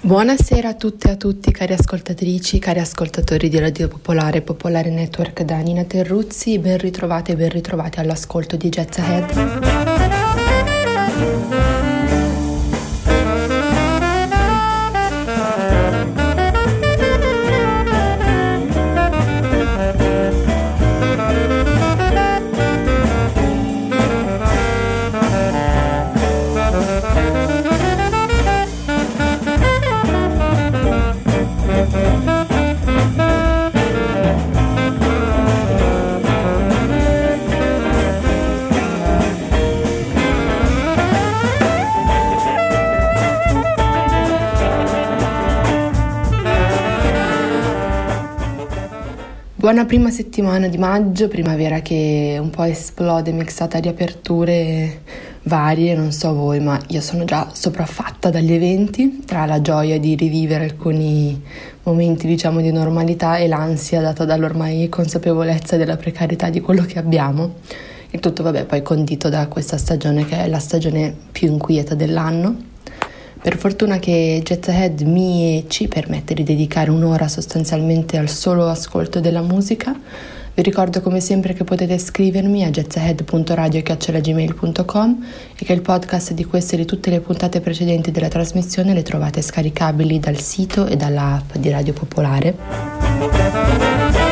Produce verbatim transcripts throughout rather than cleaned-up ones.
Buonasera a tutte e a tutti, cari ascoltatrici, cari ascoltatori di Radio Popolare, Popolare Network da Nina Terruzzi. Ben ritrovate e ben ritrovati all'ascolto di Jazz Ahead. Buona prima settimana di maggio, primavera che un po' esplode, mixata di aperture varie, non so voi, ma io sono già sopraffatta dagli eventi, tra la gioia di rivivere alcuni momenti, diciamo, di normalità e l'ansia data dall'ormai consapevolezza della precarietà di quello che abbiamo. Il tutto, vabbè, poi condito da questa stagione che è la stagione più inquieta dell'anno. Per fortuna che Jazz Ahead mi e ci permette di dedicare un'ora sostanzialmente al solo ascolto della musica. Vi ricordo come sempre che potete scrivermi a jazzahead punto radio chiocciola gmail punto com e che il podcast di queste e di tutte le puntate precedenti della trasmissione le trovate scaricabili dal sito e dalla app di Radio Popolare.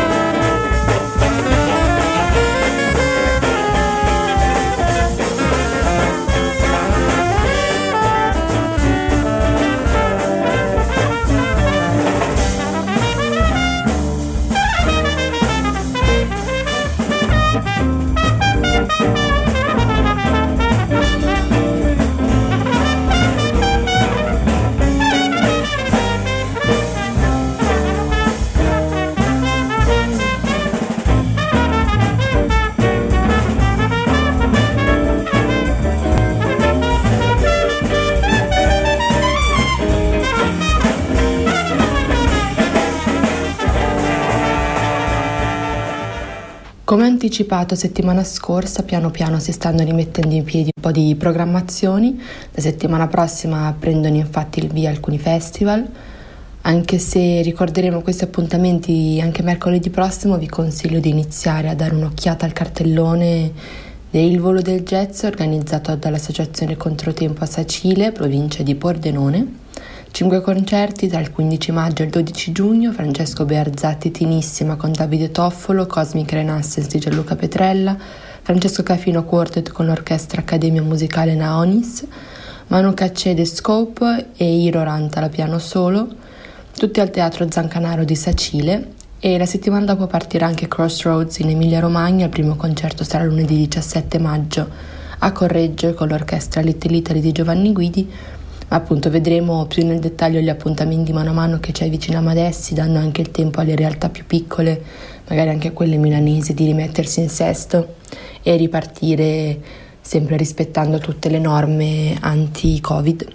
Come anticipato settimana scorsa, piano piano si stanno rimettendo in piedi un po' di programmazioni. La settimana prossima prendono infatti il via alcuni festival. Anche se ricorderemo questi appuntamenti anche mercoledì prossimo, vi consiglio di iniziare a dare un'occhiata al cartellone del Volo del Jazz organizzato dall'Associazione Controtempo a Sacile, provincia di Pordenone. Cinque concerti dal quindici maggio al dodici giugno, Francesco Bearzatti Tinissima con Davide Toffolo, Cosmic Renaissance di Gianluca Petrella, Francesco Cafino Quartet con l'Orchestra Accademia Musicale Naonis, Manu Caccede Scope e Iro Ranta alla piano solo, tutti al Teatro Zancanaro di Sacile. E la settimana dopo partirà anche Crossroads in Emilia Romagna. Il primo concerto sarà lunedì diciassette maggio a Correggio con l'Orchestra Little Italy di Giovanni Guidi. Appunto vedremo più nel dettaglio gli appuntamenti mano a mano che ci avviciniamo ad essi, dando anche il tempo alle realtà più piccole, magari anche quelle milanesi, di rimettersi in sesto e ripartire sempre rispettando tutte le norme anti-Covid.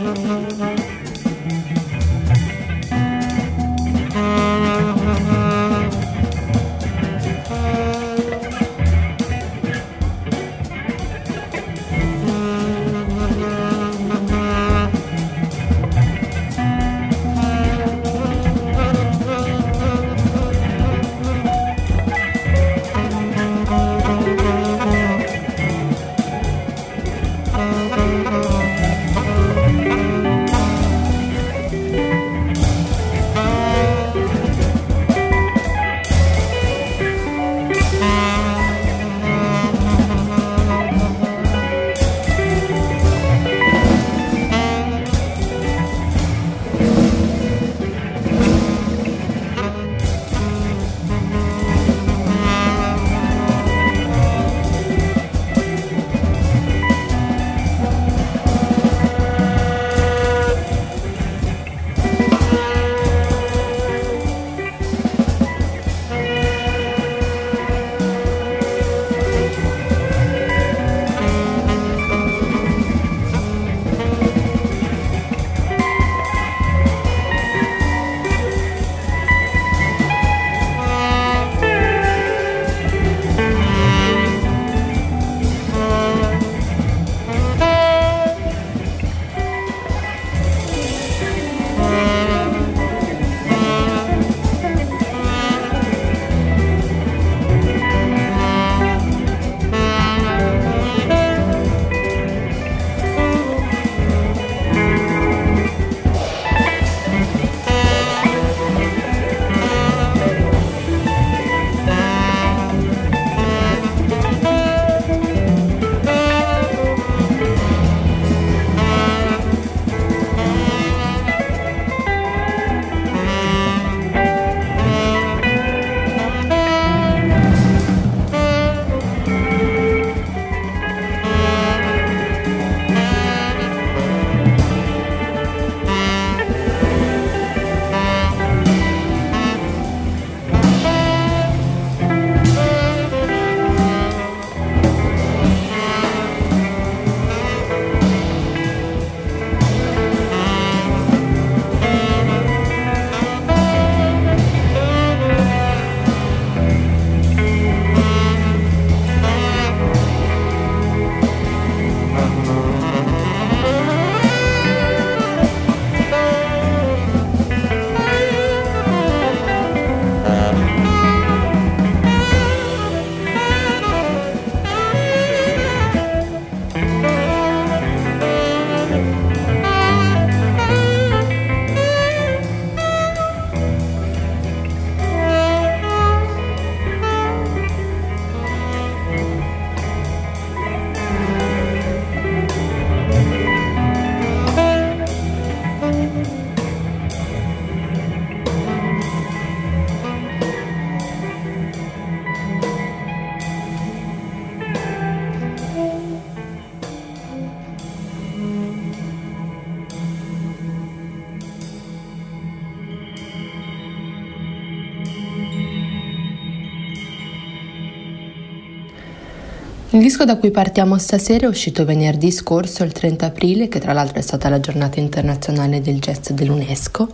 Il disco da cui partiamo stasera è uscito venerdì scorso, il trenta aprile, che tra l'altro è stata la giornata internazionale del jazz dell'UNESCO.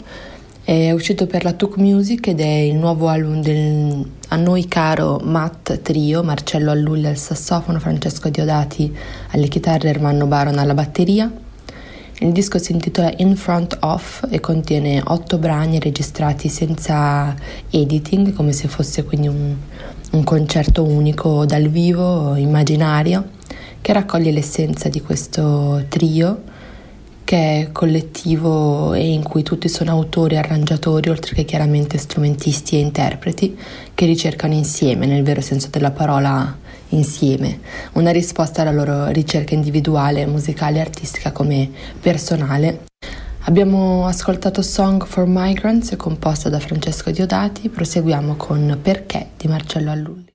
È uscito per la Tuk Music ed è il nuovo album del a noi caro Matt Trio, Marcello Allulli al sassofono, Francesco Diodati alle chitarre e Ermanno Baron alla batteria. Il disco si intitola In Front Of e contiene otto brani registrati senza editing, come se fosse quindi un, un concerto unico dal vivo, immaginario, che raccoglie l'essenza di questo trio, che è collettivo e in cui tutti sono autori e arrangiatori, oltre che chiaramente strumentisti e interpreti, che ricercano insieme, nel vero senso della parola insieme, una risposta alla loro ricerca individuale, musicale e artistica come personale. Abbiamo ascoltato Song for Migrants, composta da Francesco Diodati. Proseguiamo con Perché di Marcello Allulli.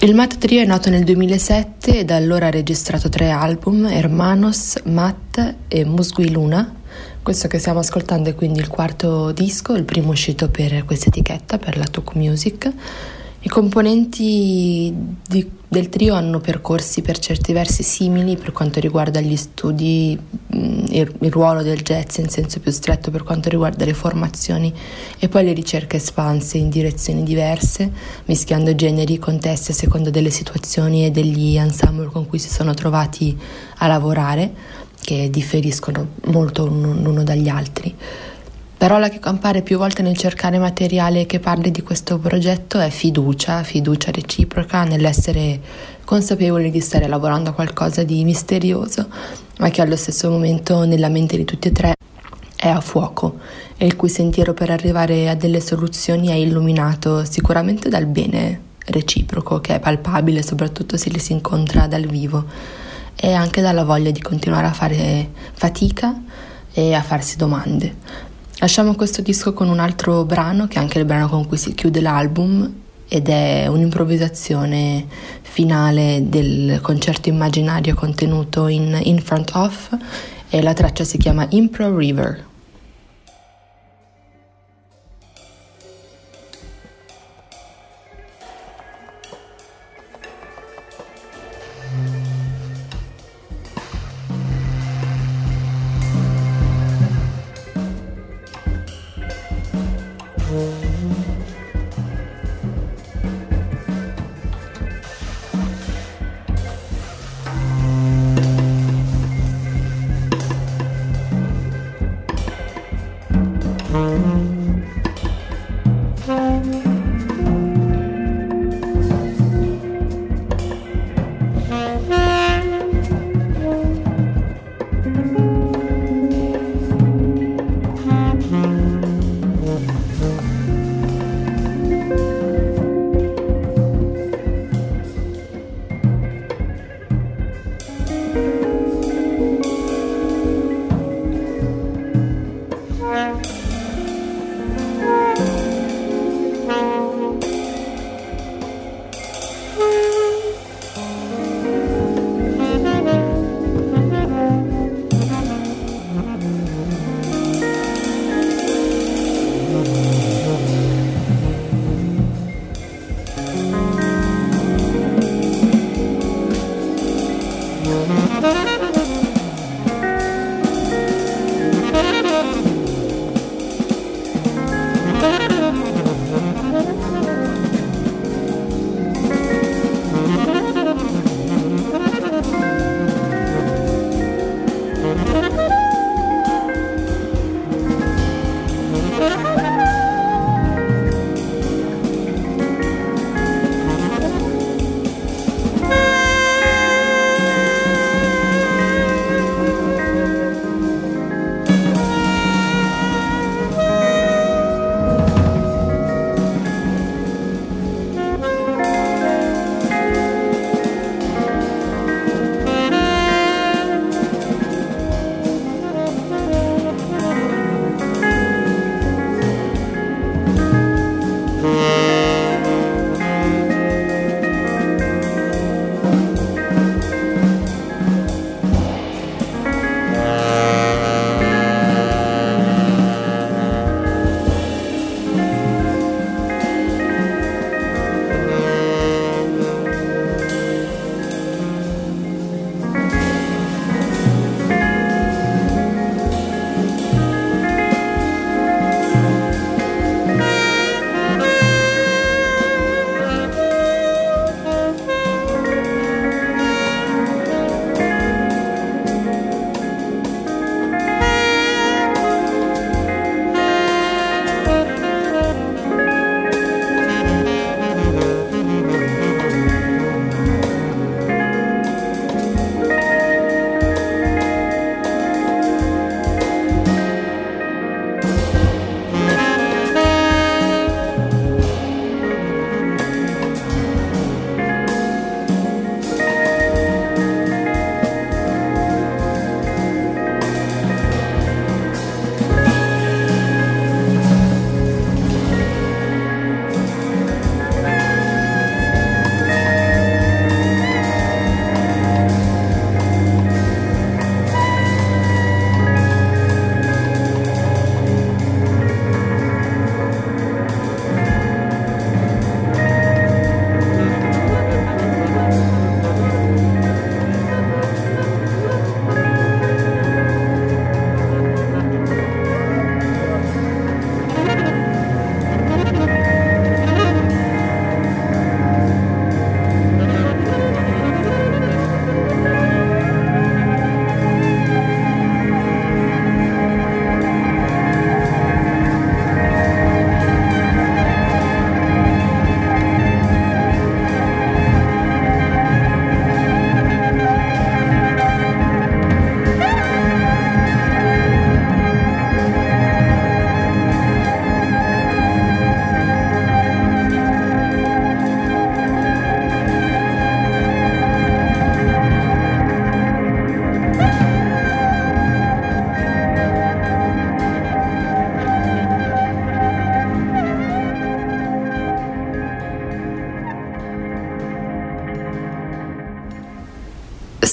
Il Matt Trio è nato nel duemilasette e da allora ha registrato tre album: Hermanos, Matt e Musgui Luna. Questo che stiamo ascoltando è quindi il quarto disco, il primo uscito per questa etichetta, per la Tuk Music. I componenti di, del trio hanno percorsi per certi versi simili per quanto riguarda gli studi, il, il ruolo del jazz in senso più stretto per quanto riguarda le formazioni e poi le ricerche espanse in direzioni diverse, mischiando generi, contesti a seconda delle situazioni e degli ensemble con cui si sono trovati a lavorare, che differiscono molto l'uno dagli altri. Parola che compare più volte nel cercare materiale che parli di questo progetto è fiducia, fiducia reciproca nell'essere consapevoli di stare lavorando a qualcosa di misterioso, ma che allo stesso momento nella mente di tutti e tre è a fuoco e il cui sentiero per arrivare a delle soluzioni è illuminato sicuramente dal bene reciproco, che è palpabile soprattutto se li si incontra dal vivo, e anche dalla voglia di continuare a fare fatica e a farsi domande. Lasciamo questo disco con un altro brano, che è anche il brano con cui si chiude l'album, ed è un'improvvisazione finale del concerto immaginario contenuto in In Front Of, e la traccia si chiama Impro River.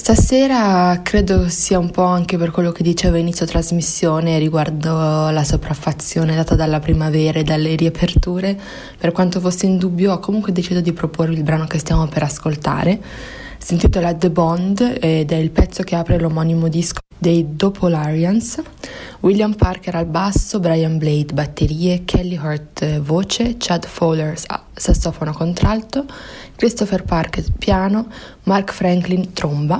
Stasera credo sia un po' anche per quello che dicevo a inizio trasmissione riguardo la sopraffazione data dalla primavera e dalle riaperture, per quanto fosse in dubbio ho comunque deciso di proporvi il brano che stiamo per ascoltare. Si intitola The Bond ed è il pezzo che apre l'omonimo disco dei Dopolarians. William Parker al basso, Brian Blade batterie, Kelly Hurt voce, Chad Fowler sassofono contralto, Christopher Parker piano, Mark Franklin tromba.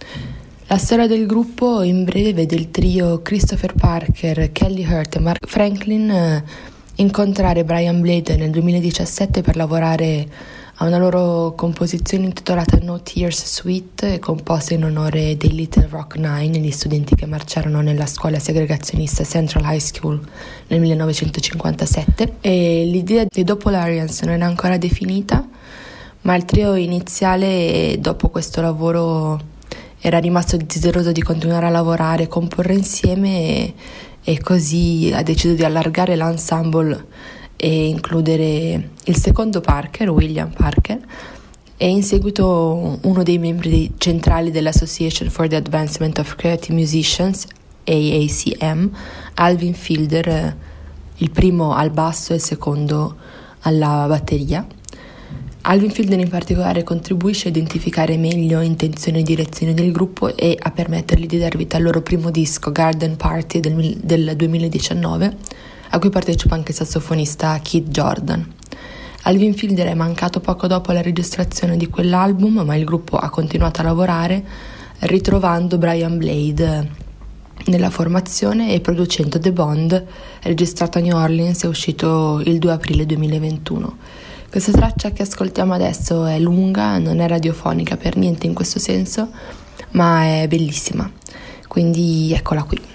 La storia del gruppo in breve vede il trio Christopher Parker, Kelly Hurt e Mark Franklin eh, incontrare Brian Blade nel duemiladiciassette per lavorare a una loro composizione intitolata No Tears Suite, composta in onore dei Little Rock Nine, gli studenti che marciarono nella scuola segregazionista Central High School nel millenovecentocinquantasette. E l'idea dei Dopolarians non è ancora definita, ma il trio iniziale dopo questo lavoro era rimasto desideroso di continuare a lavorare, comporre insieme e, e così ha deciso di allargare l'ensemble e includere il secondo Parker, William Parker, e in seguito uno dei membri centrali dell'Association for the Advancement of Creative Musicians, A A C M, Alvin Fielder, il primo al basso e il secondo alla batteria. Alvin Fielder in particolare contribuisce a identificare meglio intenzioni e direzioni del gruppo e a permettergli di dar vita al loro primo disco, Garden Party, del, del duemiladiciannove, a cui partecipa anche il sassofonista Keith Jordan. Alvin Fielder è mancato poco dopo la registrazione di quell'album, ma il gruppo ha continuato a lavorare, ritrovando Brian Blade nella formazione e producendo The Bond, registrato a New Orleans e uscito il due aprile duemilaventuno. Questa traccia che ascoltiamo adesso è lunga, non è radiofonica per niente in questo senso, ma è bellissima, quindi eccola qui.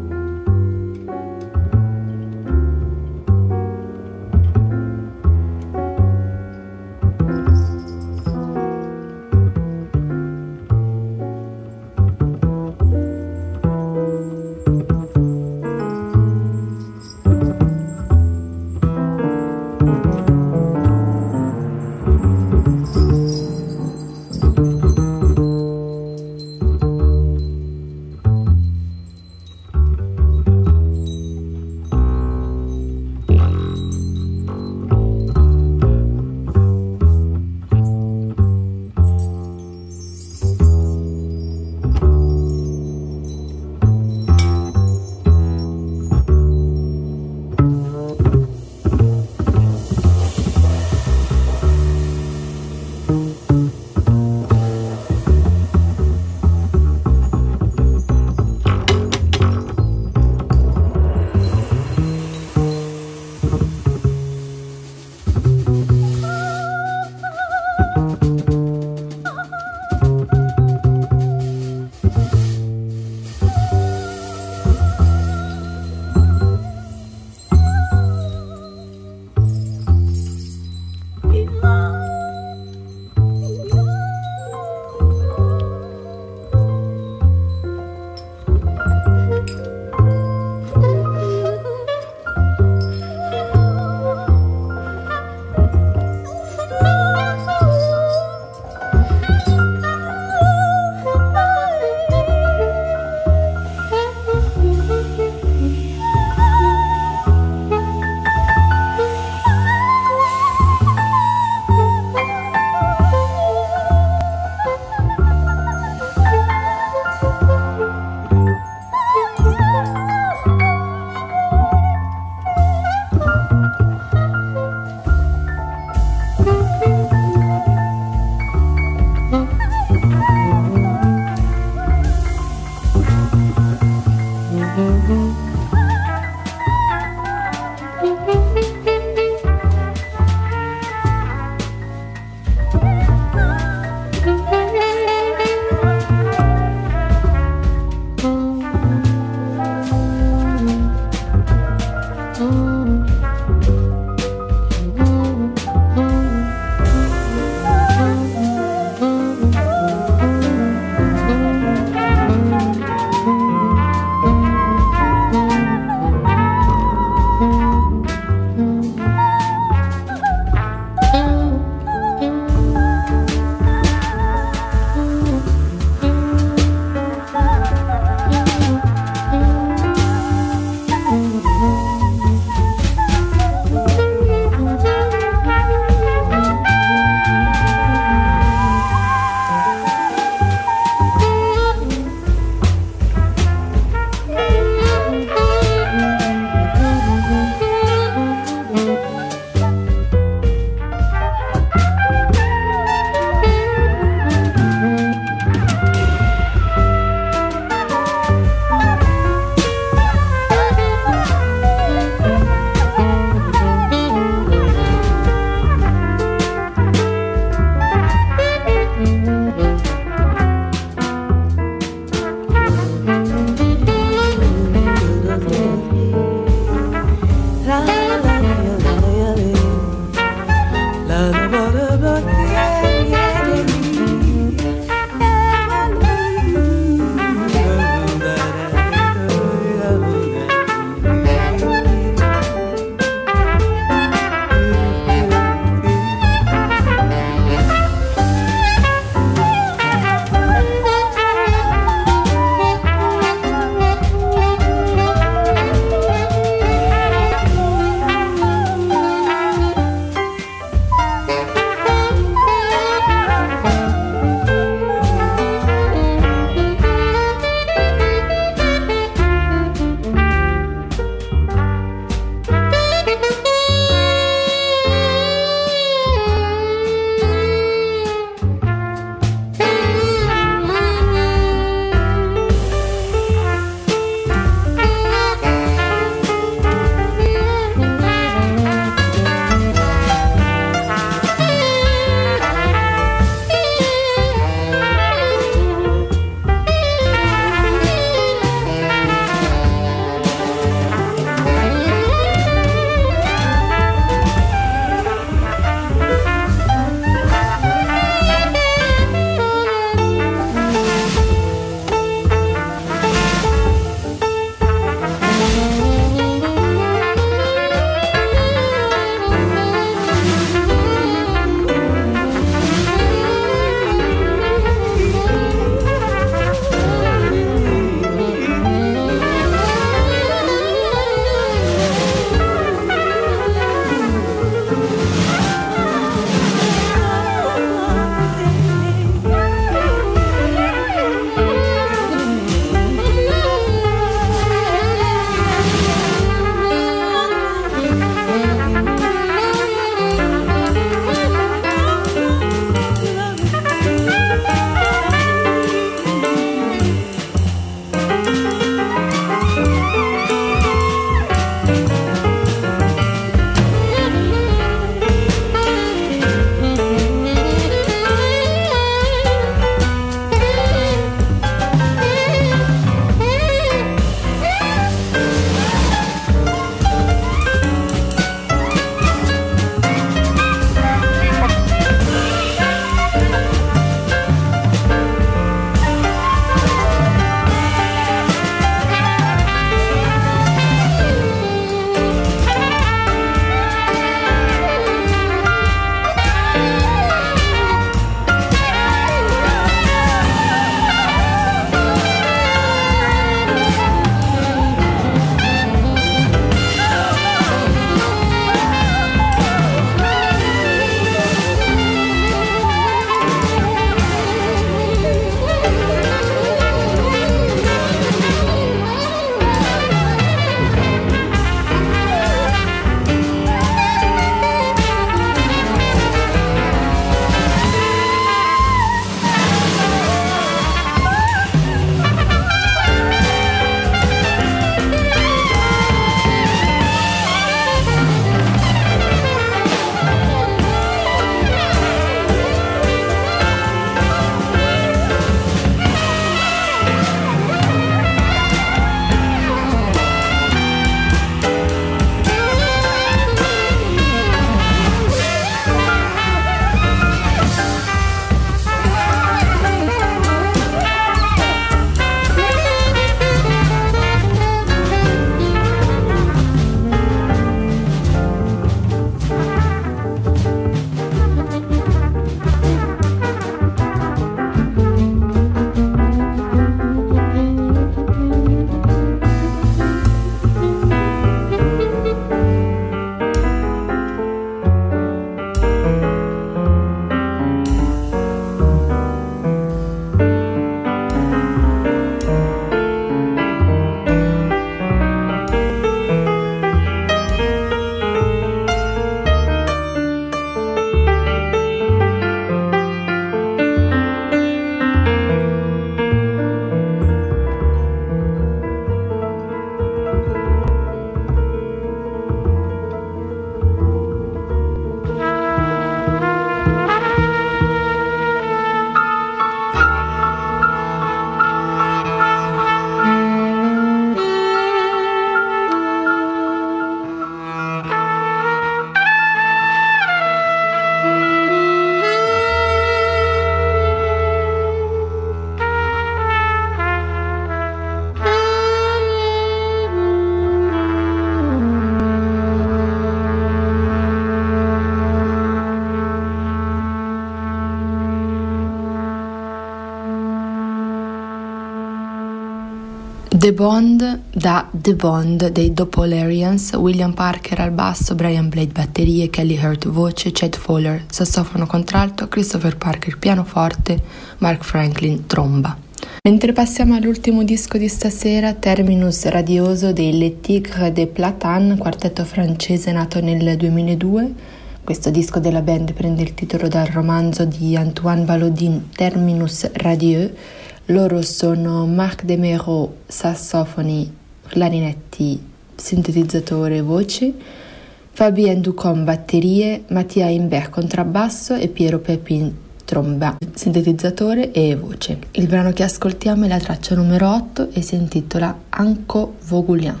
The Bond da The Bond dei Doppelarians, William Parker al basso, Brian Blade batterie, Kelly Hurt voce, Chad Fowler sassofono contralto, Christopher Parker pianoforte, Mark Franklin tromba. Mentre passiamo all'ultimo disco di stasera, Terminus radioso dei Les Tigres de Platane, quartetto francese nato nel duemiladue. Questo disco della band prende il titolo dal romanzo di Antoine Valaudin Terminus radieux. Loro sono Marc Demeraux, sassofoni, clarinetti, sintetizzatore e voci, Fabien Ducon batterie, Mattia Imbert contrabbasso e Piero Pepin tromba, sintetizzatore e voce. Il brano che ascoltiamo è la traccia numero otto e si intitola Anco Vogulien.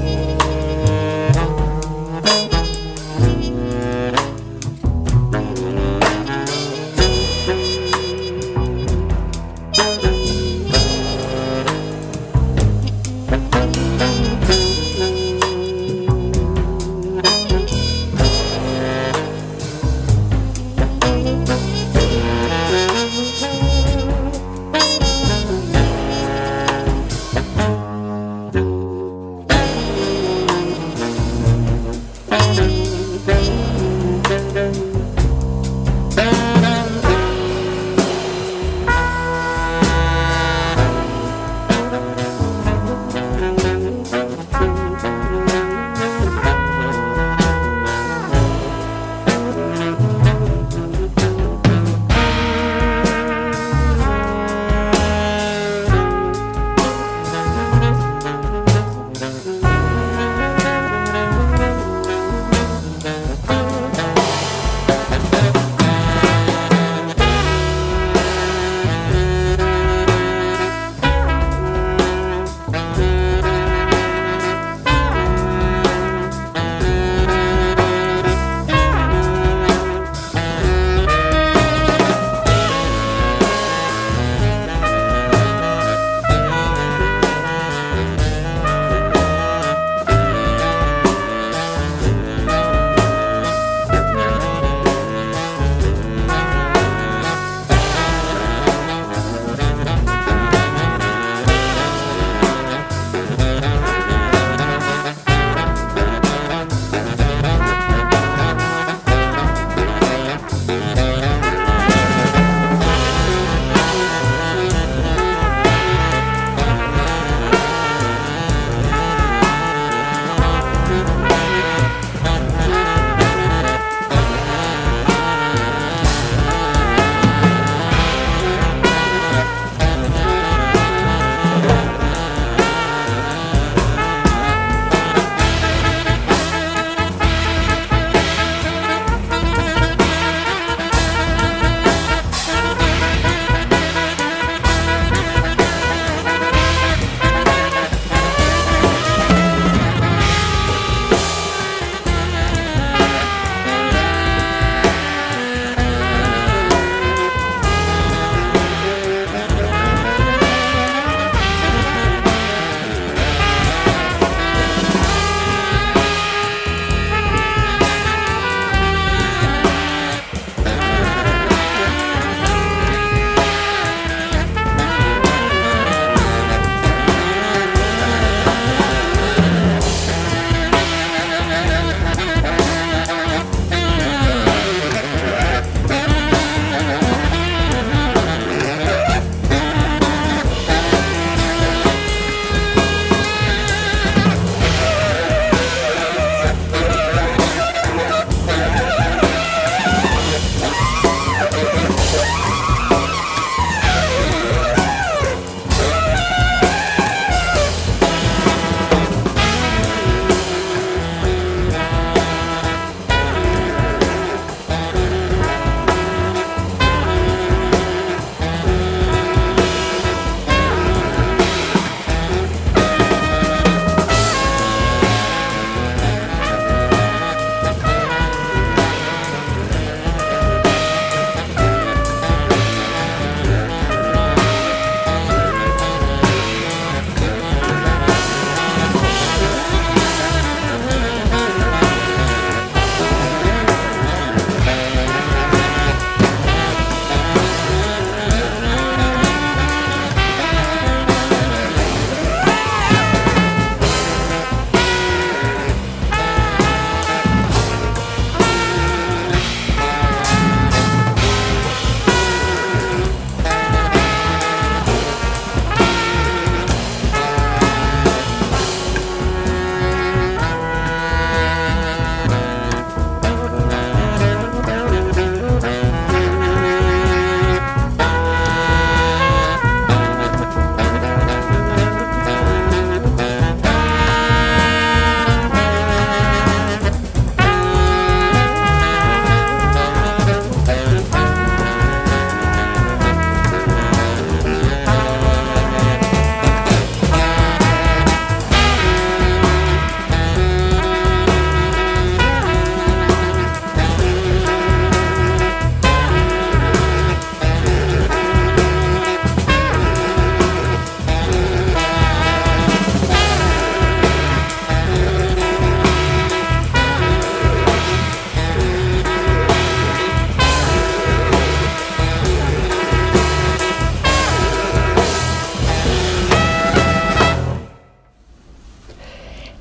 Thank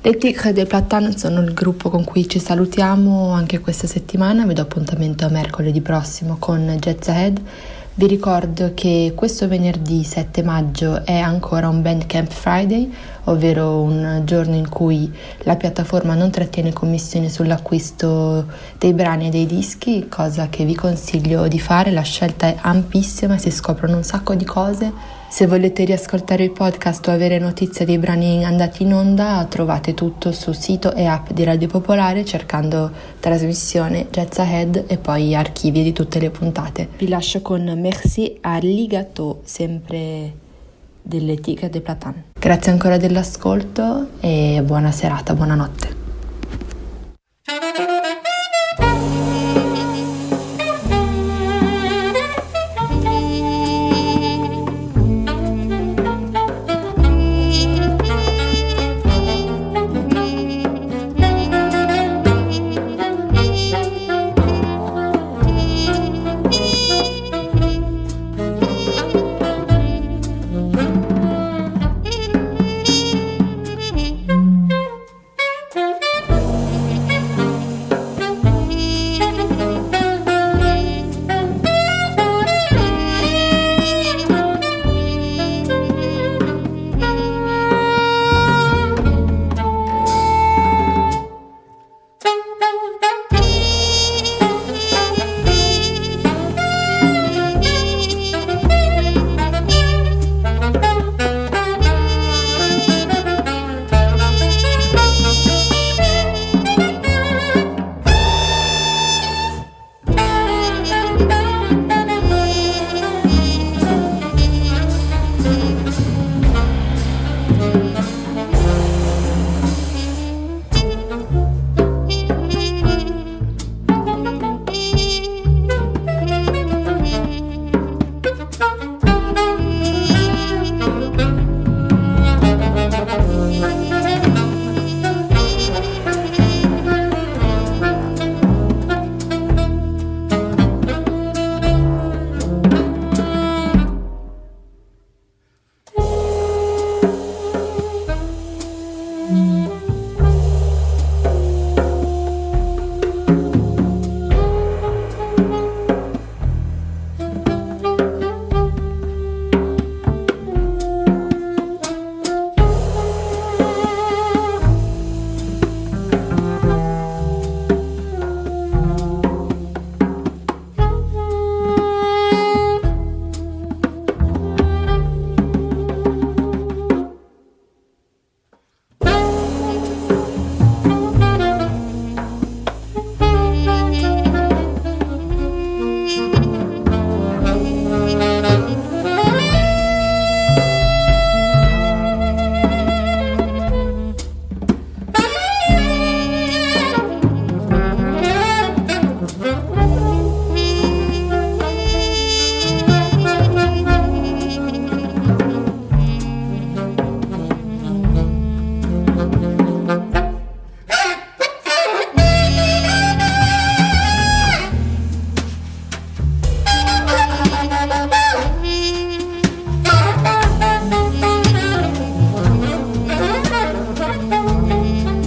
Le Tigres de Platan sono il gruppo con cui ci salutiamo anche questa settimana. Vi do appuntamento a mercoledì prossimo con Jazz Ahead. Vi ricordo che questo venerdì sette maggio è ancora un Bandcamp Friday, ovvero un giorno in cui la piattaforma non trattiene commissioni sull'acquisto dei brani e dei dischi, cosa che vi consiglio di fare. La scelta è ampissima, si scoprono un sacco di cose. Se volete riascoltare il podcast o avere notizie dei brani andati in onda, trovate tutto sul sito e app di Radio Popolare cercando trasmissione Jazz Ahead e poi archivi di tutte le puntate. Vi lascio con Merci à Ligato, sempre delle Tigres de Platan. Grazie ancora dell'ascolto e buona serata, buonanotte.